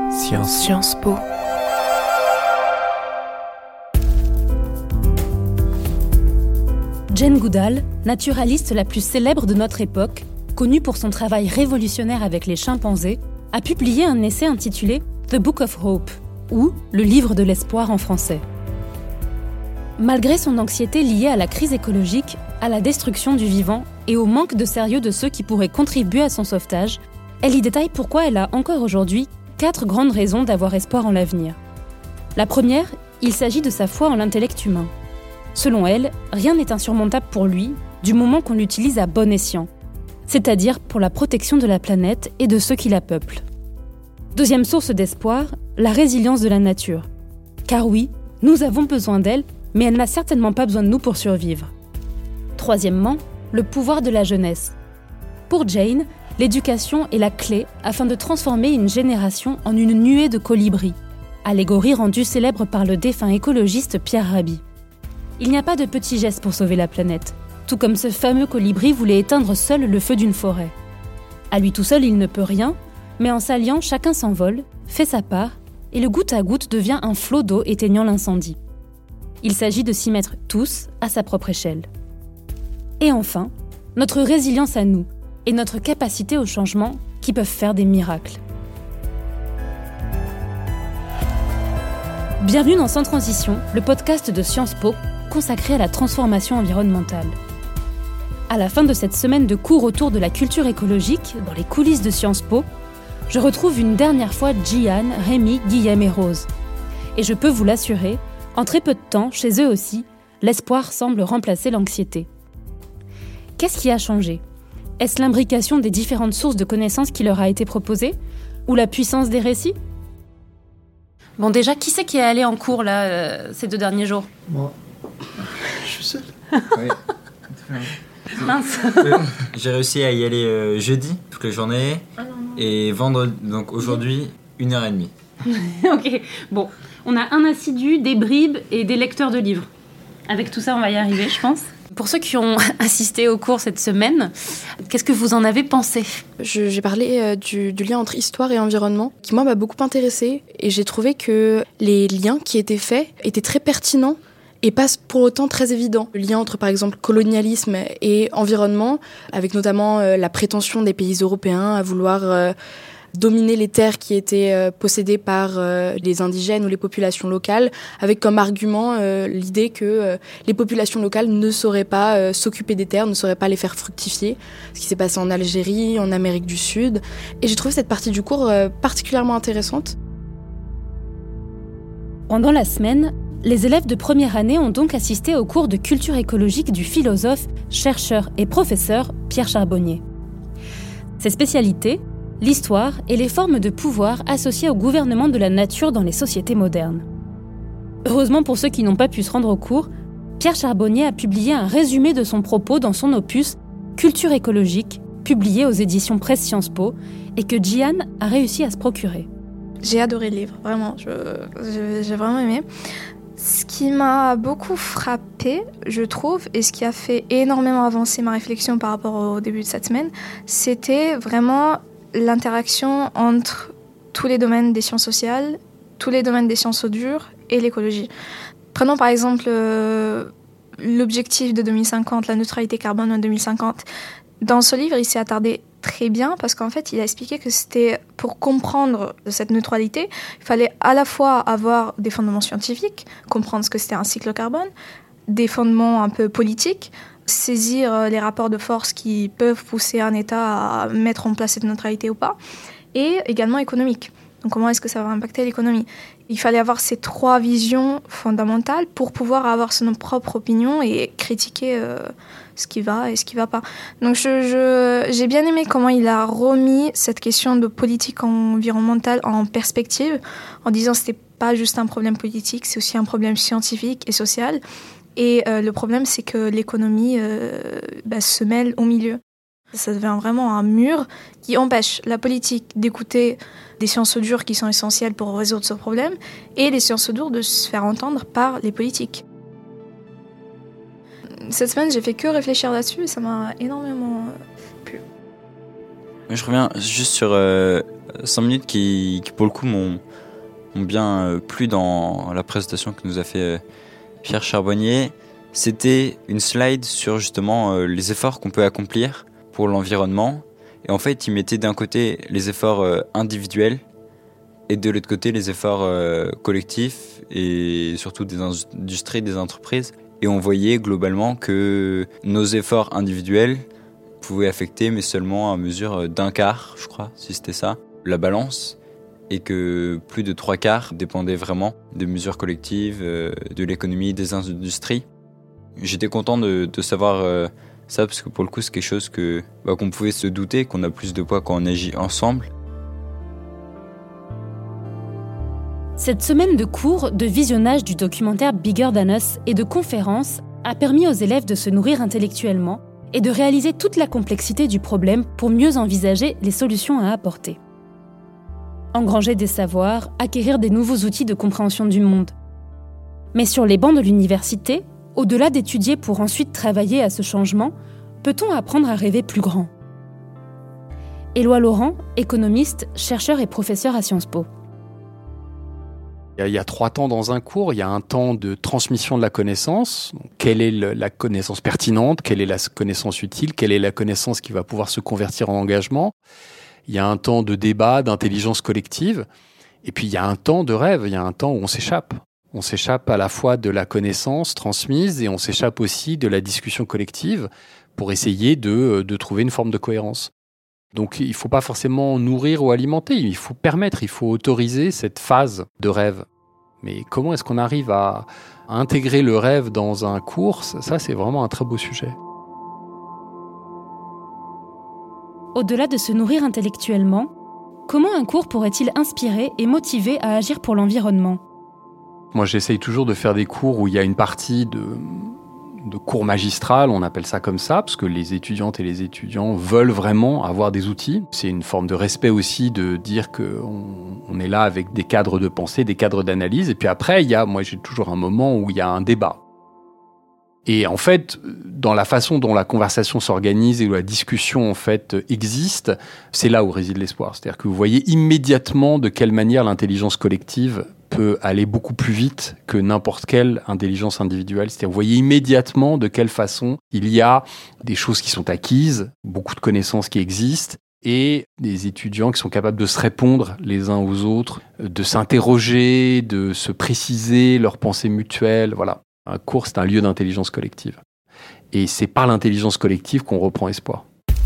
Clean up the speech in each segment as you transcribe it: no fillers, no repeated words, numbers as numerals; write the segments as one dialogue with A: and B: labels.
A: Sciences Po.
B: Jane Goodall, naturaliste la plus célèbre de notre époque, connue pour son travail révolutionnaire avec les chimpanzés, a publié un essai intitulé « The Book of Hope » ou « Le livre de l'espoir » en français. Malgré son anxiété liée à la crise écologique, à la destruction du vivant et au manque de sérieux de ceux qui pourraient contribuer à son sauvetage, elle y détaille pourquoi elle a encore aujourd'hui 4 grandes raisons d'avoir espoir en l'avenir. La première, il s'agit de sa foi en l'intellect humain. Selon elle, rien n'est insurmontable pour lui, du moment qu'on l'utilise à bon escient, c'est-à-dire pour la protection de la planète et de ceux qui la peuplent. Deuxième source d'espoir, la résilience de la nature. Car oui, nous avons besoin d'elle, mais elle n'a certainement pas besoin de nous pour survivre. Troisièmement, le pouvoir de la jeunesse. Pour Jane, l'éducation est la clé afin de transformer une génération en une nuée de colibris, allégorie rendue célèbre par le défunt écologiste Pierre Rabhi. Il n'y a pas de petits gestes pour sauver la planète, tout comme ce fameux colibri voulait éteindre seul le feu d'une forêt. À lui tout seul, il ne peut rien, mais en s'alliant, chacun s'envole, fait sa part, et le goutte à goutte devient un flot d'eau éteignant l'incendie. Il s'agit de s'y mettre tous à sa propre échelle. Et enfin, notre résilience à nous et notre capacité au changement qui peuvent faire des miracles. Bienvenue dans Sans Transition, le podcast de Sciences Po consacré à la transformation environnementale. À la fin de cette semaine de cours autour de la culture écologique, dans les coulisses de Sciences Po, je retrouve une dernière fois Jian, Rémi, Guillaume et Rose. Et je peux vous l'assurer, en très peu de temps, chez eux aussi, l'espoir semble remplacer l'anxiété. Qu'est-ce qui a changé ? Est-ce l'imbrication des différentes sources de connaissances qui leur a été proposée ? Ou la puissance des récits ? Bon, déjà, qui c'est qui est allé en cours, là, ces 2 derniers jours ?
C: Moi. Je suis seul.
D: Oui.
B: Mince.
D: J'ai réussi à y aller jeudi, toute la journée, et vendredi, donc aujourd'hui, 1h30.
B: Ok, bon. On a un assidu, des bribes et des lecteurs de livres. Avec tout ça, on va y arriver, je pense. Pour ceux qui ont assisté au cours cette semaine, qu'est-ce que vous en avez pensé ?
A: J'ai parlé du lien entre histoire et environnement, qui moi m'a beaucoup intéressée, et j'ai trouvé que les liens qui étaient faits étaient très pertinents et pas pour autant très évidents. Le lien entre par exemple colonialisme et environnement, avec notamment la prétention des pays européens à vouloir dominer les terres qui étaient possédées par les indigènes ou les populations locales, avec comme argument l'idée que les populations locales ne sauraient pas s'occuper des terres, ne sauraient pas les faire fructifier, ce qui s'est passé en Algérie, en Amérique du Sud. Et j'ai trouvé cette partie du cours particulièrement intéressante.
B: Pendant la semaine, les élèves de première année ont donc assisté au cours de culture écologique du philosophe, chercheur et professeur Pierre Charbonnier. Ses spécialités, l'histoire et les formes de pouvoir associées au gouvernement de la nature dans les sociétés modernes. Heureusement pour ceux qui n'ont pas pu se rendre au cours, Pierre Charbonnier a publié un résumé de son propos dans son opus « Culture écologique », publié aux éditions Presse Sciences Po, et que Jian a réussi à se procurer.
E: J'ai adoré le livre, vraiment, j'ai vraiment aimé. Ce qui m'a beaucoup frappée, je trouve, et ce qui a fait énormément avancer ma réflexion par rapport au début de cette semaine, c'était vraiment l'interaction entre tous les domaines des sciences sociales, tous les domaines des sciences dures et l'écologie. Prenons par exemple l'objectif de 2050, la neutralité carbone en 2050. Dans ce livre, il s'est attardé très bien parce qu'en fait, il a expliqué que c'était pour comprendre cette neutralité, il fallait à la fois avoir des fondements scientifiques, comprendre ce que c'était un cycle carbone, des fondements un peu politiques, saisir les rapports de force qui peuvent pousser un État à mettre en place cette neutralité ou pas, et également économique. Donc comment est-ce que ça va impacter l'économie ? Il fallait avoir ces 3 visions fondamentales pour pouvoir avoir son propre opinion et critiquer ce qui va et ce qui ne va pas. Donc j'ai bien aimé comment il a remis cette question de politique environnementale en perspective, en disant que ce n'était pas juste un problème politique, c'est aussi un problème scientifique et social. Et le problème, c'est que l'économie se mêle au milieu. Ça devient vraiment un mur qui empêche la politique d'écouter des sciences dures qui sont essentielles pour résoudre ce problème et les sciences dures de se faire entendre par les politiques. Cette semaine, j'ai fait que réfléchir là-dessus et ça m'a énormément plu.
F: Je reviens juste sur
D: 5 minutes qui pour le coup m'ont bien plu dans la présentation que nous a fait Pierre Charbonnier. C'était une slide sur justement les efforts qu'on peut accomplir pour l'environnement. Et en fait, il mettait d'un côté les efforts individuels et de l'autre côté les efforts collectifs et surtout des industries, des entreprises. Et on voyait globalement que nos efforts individuels pouvaient affecter, mais seulement à mesure d'un quart, je crois, si c'était ça, la balance. Et que plus de 3/4 dépendaient vraiment des mesures collectives, de l'économie, des industries. J'étais content de savoir ça, parce que pour le coup, c'est quelque chose qu'on pouvait se douter, qu'on a plus de poids quand on agit ensemble.
B: Cette semaine de cours, de visionnage du documentaire Bigger Than Us et de conférences a permis aux élèves de se nourrir intellectuellement et de réaliser toute la complexité du problème pour mieux envisager les solutions à apporter. Engranger des savoirs, acquérir des nouveaux outils de compréhension du monde. Mais sur les bancs de l'université, au-delà d'étudier pour ensuite travailler à ce changement, peut-on apprendre à rêver plus grand ? Éloi Laurent, économiste, chercheur et professeur à Sciences Po.
F: Il y a 3 temps dans un cours. Il y a un temps de transmission de la connaissance. Quelle est la connaissance pertinente ? Quelle est la connaissance utile ? Quelle est la connaissance qui va pouvoir se convertir en engagement ? Il y a un temps de débat, d'intelligence collective. Et puis il y a un temps de rêve. Il y a un temps où on s'échappe. On s'échappe à la fois de la connaissance transmise et on s'échappe aussi de la discussion collective pour essayer de trouver une forme de cohérence. Donc il ne faut pas forcément nourrir ou alimenter, il faut permettre, il faut autoriser cette phase de rêve. Mais comment est-ce qu'on arrive à intégrer le rêve dans un cours ? Ça, c'est vraiment un très beau sujet.
B: Au-delà de se nourrir intellectuellement, comment un cours pourrait-il inspirer et motiver à agir pour l'environnement ?
F: Moi, j'essaye toujours de faire des cours où il y a une partie de cours magistral, on appelle ça comme ça, parce que les étudiantes et les étudiants veulent vraiment avoir des outils. C'est une forme de respect aussi de dire qu'on est là avec des cadres de pensée, des cadres d'analyse. Et puis après, moi j'ai toujours un moment où il y a un débat. Et en fait, dans la façon dont la conversation s'organise et où la discussion en fait existe, c'est là où réside l'espoir. C'est-à-dire que vous voyez immédiatement de quelle manière l'intelligence collective peut aller beaucoup plus vite que n'importe quelle intelligence individuelle. C'est-à-dire, vous voyez immédiatement de quelle façon il y a des choses qui sont acquises, beaucoup de connaissances qui existent, et des étudiants qui sont capables de se répondre les uns aux autres, de s'interroger, de se préciser leurs pensées mutuelles. Voilà. Un cours, c'est un lieu d'intelligence collective. Et c'est par l'intelligence collective qu'on reprend espoir.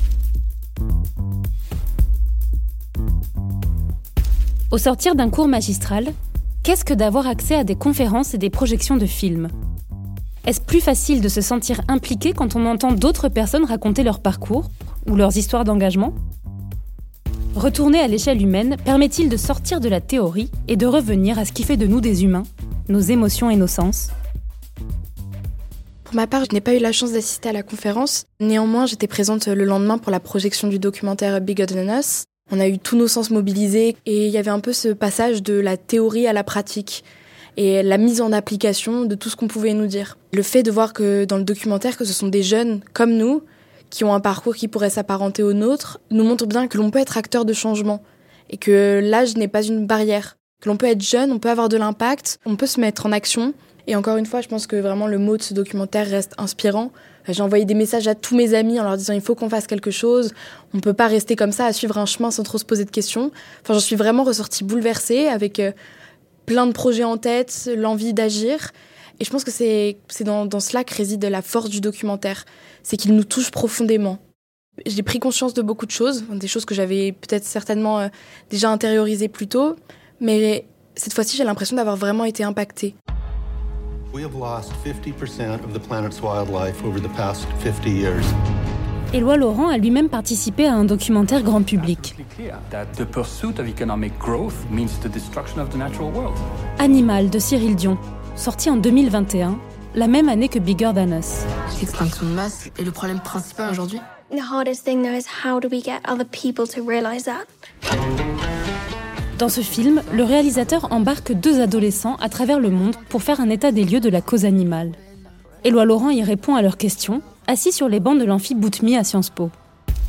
B: Au sortir d'un cours magistral, qu'est-ce que d'avoir accès à des conférences et des projections de films ? Est-ce plus facile de se sentir impliqué quand on entend d'autres personnes raconter leur parcours ou leurs histoires d'engagement ? Retourner à l'échelle humaine permet-il de sortir de la théorie et de revenir à ce qui fait de nous des humains, nos émotions et nos sens ?
A: Pour ma part, je n'ai pas eu la chance d'assister à la conférence. Néanmoins, j'étais présente le lendemain pour la projection du documentaire Bigger Than Us. On a eu tous nos sens mobilisés et il y avait un peu ce passage de la théorie à la pratique et la mise en application de tout ce qu'on pouvait nous dire. Le fait de voir que dans le documentaire, que ce sont des jeunes comme nous, qui ont un parcours qui pourrait s'apparenter au nôtre, nous montre bien que l'on peut être acteur de changement et que l'âge n'est pas une barrière. Que l'on peut être jeune, on peut avoir de l'impact, on peut se mettre en action. Et encore une fois, je pense que vraiment le mot de ce documentaire reste inspirant. J'ai envoyé des messages à tous mes amis en leur disant il faut qu'on fasse quelque chose. On ne peut pas rester comme ça à suivre un chemin sans trop se poser de questions. Enfin, j'en suis vraiment ressortie bouleversée avec plein de projets en tête, l'envie d'agir. Et je pense que c'est dans cela que réside la force du documentaire. C'est qu'il nous touche profondément. J'ai pris conscience de beaucoup de choses, des choses que j'avais peut-être certainement déjà intériorisées plus tôt. Mais cette fois-ci, j'ai l'impression d'avoir vraiment été impactée.
C: We have lost 50% of the planet's wildlife over the past 50 years.
B: Éloi Laurent a lui-même participé à un documentaire grand public. Animal de Cyril Dion, sorti en 2021, la même année que Bigger Than Us.
G: L'extinction de masse est le problème principal aujourd'hui.
H: The hardest thing though is how do we get other people to realize that?
B: Dans ce film, le réalisateur embarque 2 adolescents à travers le monde pour faire un état des lieux de la cause animale. Éloi Laurent y répond à leurs questions, assis sur les bancs de l'amphi Boutmy à Sciences Po.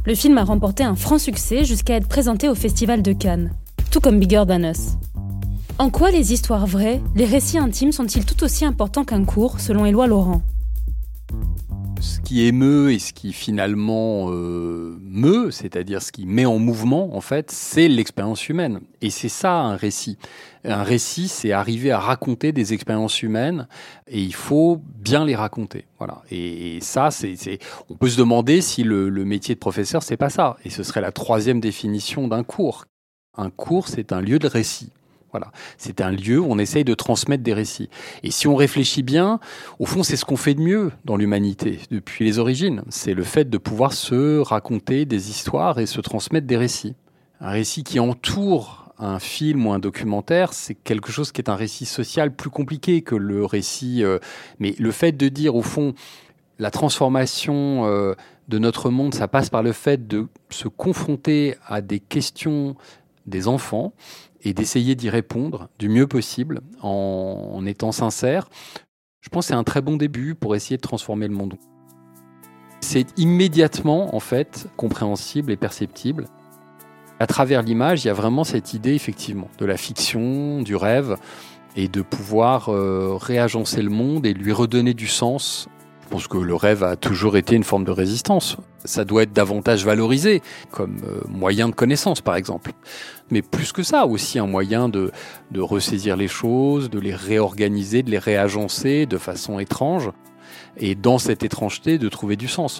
B: Le film a remporté un franc succès jusqu'à être présenté au Festival de Cannes, tout comme Bigger Than Us. En quoi les histoires vraies, les récits intimes sont-ils tout aussi importants qu'un cours, selon Éloi Laurent ?
F: Ce qui émeut et ce qui finalement meut, c'est-à-dire ce qui met en mouvement, en fait, c'est l'expérience humaine. Et c'est ça un récit. Un récit, c'est arriver à raconter des expériences humaines et il faut bien les raconter. Voilà. Et ça, on peut se demander si le métier de professeur, c'est pas ça. Et ce serait la 3e définition d'un cours. Un cours, c'est un lieu de récit. Voilà. C'est un lieu où on essaye de transmettre des récits. Et si on réfléchit bien, au fond, c'est ce qu'on fait de mieux dans l'humanité depuis les origines. C'est le fait de pouvoir se raconter des histoires et se transmettre des récits. Un récit qui entoure un film ou un documentaire, c'est quelque chose qui est un récit social plus compliqué que le récit. Mais le fait de dire, au fond, la transformation de notre monde, ça passe par le fait de se confronter à des questions des enfants et d'essayer d'y répondre du mieux possible en étant sincère. Je pense que c'est un très bon début pour essayer de transformer le monde. C'est immédiatement, en fait, compréhensible et perceptible. À travers l'image, il y a vraiment cette idée, effectivement, de la fiction, du rêve, et de pouvoir réagencer le monde et lui redonner du sens. Je pense que le rêve a toujours été une forme de résistance. Ça doit être davantage valorisé comme moyen de connaissance, par exemple. Mais plus que ça, aussi un moyen de ressaisir les choses, de les réorganiser, de les réagencer de façon étrange. Et dans cette étrangeté, de trouver du sens.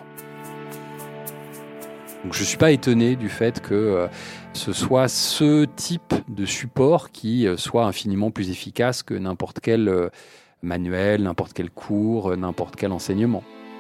F: Donc je ne suis pas étonné du fait que ce soit ce type de support qui soit infiniment plus efficace que n'importe quel manuel, n'importe quel cours, n'importe quel enseignement.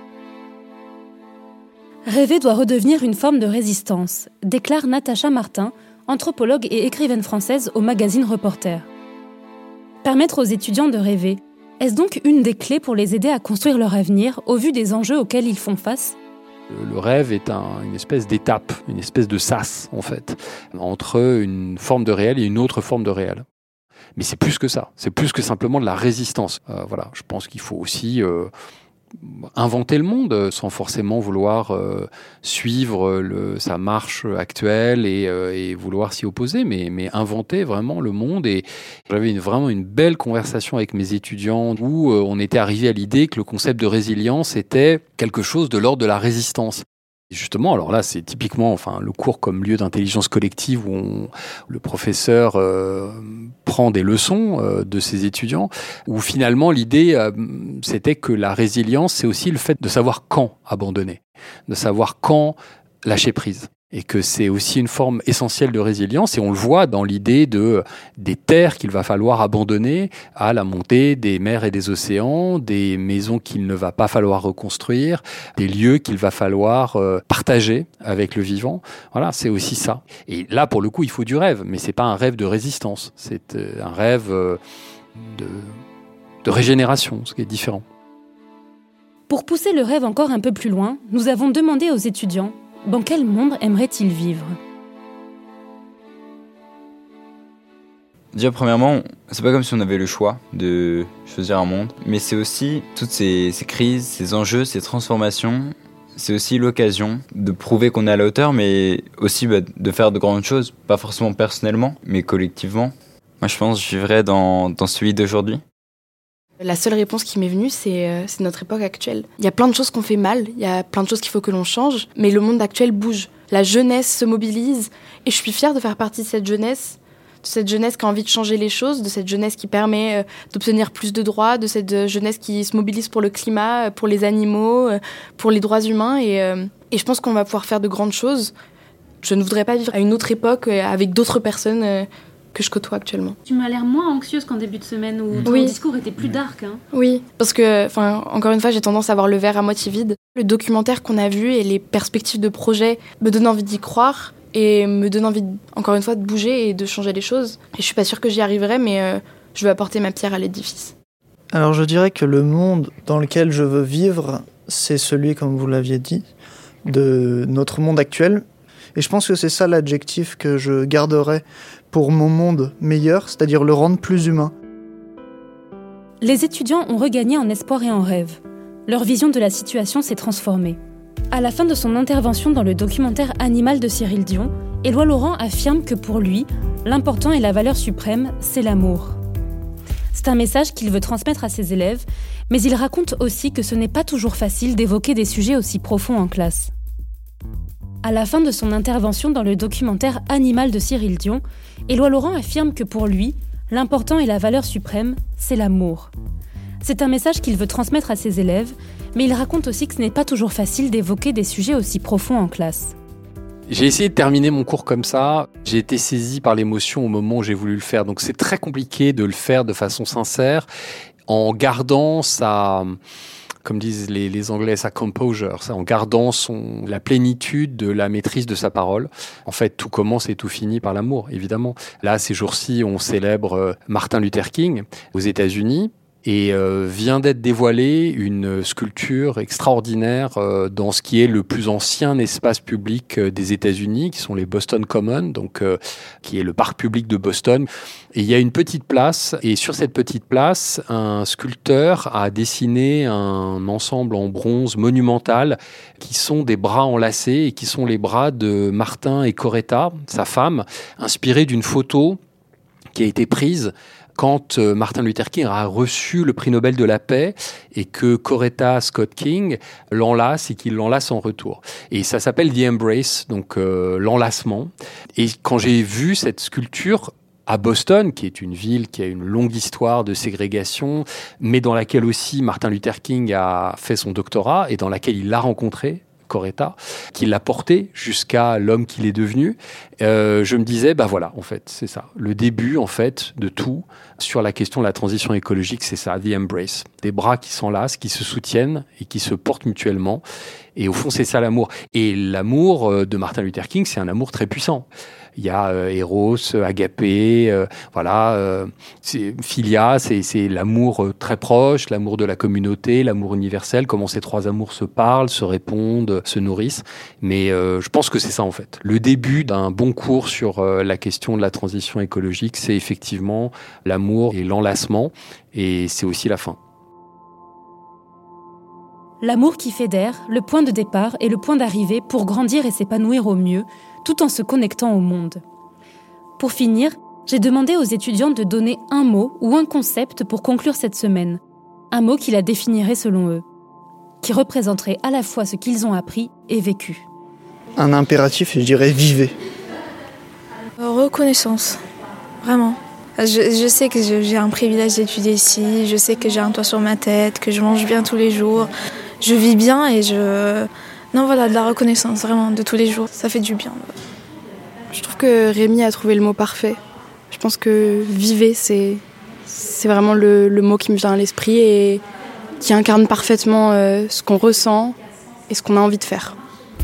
B: Rêver doit redevenir une forme de résistance, déclare Natacha Martin, anthropologue et écrivaine française au magazine Reporter. Permettre aux étudiants de rêver, est-ce donc une des clés pour les aider à construire leur avenir au vu des enjeux auxquels ils font face ?
F: Le rêve est une espèce d'étape, une espèce de sas, en fait, entre une forme de réel et une autre forme de réel. Mais c'est plus que ça, c'est plus que simplement de la résistance. Voilà, je pense qu'il faut aussi inventer le monde sans forcément vouloir suivre sa marche actuelle et vouloir s'y opposer, mais inventer vraiment le monde. Et j'avais vraiment une belle conversation avec mes étudiants où on était arrivé à l'idée que le concept de résilience était quelque chose de l'ordre de la résistance. Et justement, alors là, c'est typiquement le cours comme lieu d'intelligence collective où le professeur prend des leçons de ses étudiants, où finalement l'idée, c'était que la résilience, c'est aussi le fait de savoir quand abandonner, de savoir quand lâcher prise. Et que c'est aussi une forme essentielle de résilience, et on le voit dans l'idée des terres qu'il va falloir abandonner à la montée des mers et des océans, des maisons qu'il ne va pas falloir reconstruire, des lieux qu'il va falloir partager avec le vivant. Voilà, c'est aussi ça. Et là, pour le coup, il faut du rêve, mais c'est pas un rêve de résistance, c'est un rêve de régénération, ce qui est différent.
B: Pour pousser le rêve encore un peu plus loin, nous avons demandé aux étudiants dans quel monde aimerait-il vivre ?
D: Déjà, premièrement, c'est pas comme si on avait le choix de choisir un monde, mais c'est aussi toutes ces crises, ces enjeux, ces transformations. C'est aussi l'occasion de prouver qu'on est à la hauteur, mais aussi de faire de grandes choses, pas forcément personnellement, mais collectivement. Moi, je pense que je vivrais dans celui d'aujourd'hui.
A: La seule réponse qui m'est venue, c'est notre époque actuelle. Il y a plein de choses qu'on fait mal, il y a plein de choses qu'il faut que l'on change, mais le monde actuel bouge. La jeunesse se mobilise, et je suis fière de faire partie de cette jeunesse qui a envie de changer les choses, de cette jeunesse qui permet d'obtenir plus de droits, de cette jeunesse qui se mobilise pour le climat, pour les animaux, pour les droits humains, et je pense qu'on va pouvoir faire de grandes choses. Je ne voudrais pas vivre à une autre époque avec d'autres personnes que je côtoie actuellement.
I: Tu m'as l'air moins anxieuse qu'en début de semaine où ton discours était plus dark. Hein.
A: Oui, parce que, encore une fois, j'ai tendance à voir le verre à moitié vide. Le documentaire qu'on a vu et les perspectives de projet me donnent envie d'y croire et me donnent envie, encore une fois, de bouger et de changer les choses. Et je suis pas sûre que j'y arriverai, mais je veux apporter ma pierre à l'édifice.
J: Alors je dirais que le monde dans lequel je veux vivre, c'est celui, comme vous l'aviez dit, de notre monde actuel. Et je pense que c'est ça l'adjectif que je garderai pour mon monde meilleur, c'est-à-dire le rendre plus humain.
B: Les étudiants ont regagné en espoir et en rêve. Leur vision de la situation s'est transformée. À la fin de son intervention dans le documentaire Animal de Cyril Dion, Éloi Laurent affirme que pour lui, l'important et la valeur suprême, c'est l'amour. C'est un message qu'il veut transmettre à ses élèves, mais il raconte aussi que ce n'est pas toujours facile d'évoquer des sujets aussi profonds en classe. À la fin de son intervention dans le documentaire Animal de Cyril Dion, Éloi Laurent affirme que pour lui, l'important et la valeur suprême, c'est l'amour. C'est un message qu'il veut transmettre à ses élèves, mais il raconte aussi que ce n'est pas toujours facile d'évoquer des sujets aussi profonds en classe.
F: J'ai essayé de terminer mon cours comme ça. J'ai été saisi par l'émotion au moment où j'ai voulu le faire. Donc c'est très compliqué de le faire de façon sincère, en gardant sa, comme disent les Anglais, sa composure, en gardant la plénitude de la maîtrise de sa parole. En fait, tout commence et tout finit par l'amour, évidemment. Là, ces jours-ci, on célèbre Martin Luther King aux États-Unis. Et vient d'être dévoilée une sculpture extraordinaire dans ce qui est le plus ancien espace public des États-Unis, qui sont les Boston Commons, donc qui est le parc public de Boston. Et il y a une petite place, et sur cette petite place, un sculpteur a dessiné un ensemble en bronze monumental qui sont des bras enlacés et qui sont les bras de Martin et Coretta, sa femme, inspirés d'une photo qui a été prise quand Martin Luther King a reçu le prix Nobel de la paix et que Coretta Scott King l'enlace et qu'il l'enlace en retour. Et ça s'appelle The Embrace, donc l'enlacement. Et quand j'ai vu cette sculpture à Boston, qui est une ville qui a une longue histoire de ségrégation, mais dans laquelle aussi Martin Luther King a fait son doctorat et dans laquelle il l'a rencontré, Coretta, qui l'a porté jusqu'à l'homme qu'il est devenu, je me disais, voilà, en fait, c'est ça. Le début, en fait, de tout sur la question de la transition écologique, c'est ça, the embrace. Des bras qui s'enlacent, qui se soutiennent et qui se portent mutuellement. Et au fond, c'est ça l'amour. Et l'amour de Martin Luther King, c'est un amour très puissant. Il y a Eros, Agapé, c'est Philia, c'est l'amour très proche, l'amour de la communauté, l'amour universel, comment ces trois amours se parlent, se répondent, se nourrissent. Mais je pense que c'est ça en fait. Le début d'un bon cours sur la question de la transition écologique, c'est effectivement l'amour et l'enlacement, et c'est aussi la fin.
B: L'amour qui fédère, le point de départ et le point d'arrivée pour grandir et s'épanouir au mieux, tout en se connectant au monde. Pour finir, j'ai demandé aux étudiants de donner un mot ou un concept pour conclure cette semaine. Un mot qui la définirait selon eux, qui représenterait à la fois ce qu'ils ont appris et vécu.
J: Un impératif, et je dirais vivez.
E: Reconnaissance, vraiment. Je sais que j'ai un privilège d'étudier ici, je sais que j'ai un toit sur ma tête, que je mange bien tous les jours, je vis bien et de la reconnaissance, vraiment, de tous les jours, ça fait du bien.
A: Je trouve que Rémi a trouvé le mot parfait. Je pense que vivez, c'est vraiment le mot qui me vient à l'esprit et qui incarne parfaitement ce qu'on ressent et ce qu'on a envie de faire.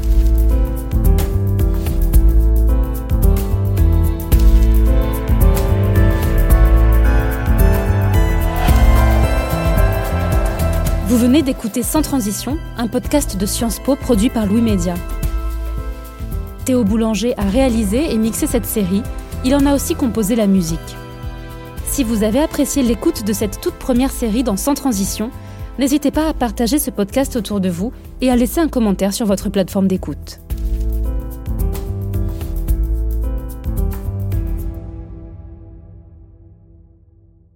B: Vous venez d'écouter Sans Transition, un podcast de Sciences Po produit par Louis Média. Théo Boulanger a réalisé et mixé cette série, il en a aussi composé la musique. Si vous avez apprécié l'écoute de cette toute première série dans Sans Transition, n'hésitez pas à partager ce podcast autour de vous et à laisser un commentaire sur votre plateforme d'écoute.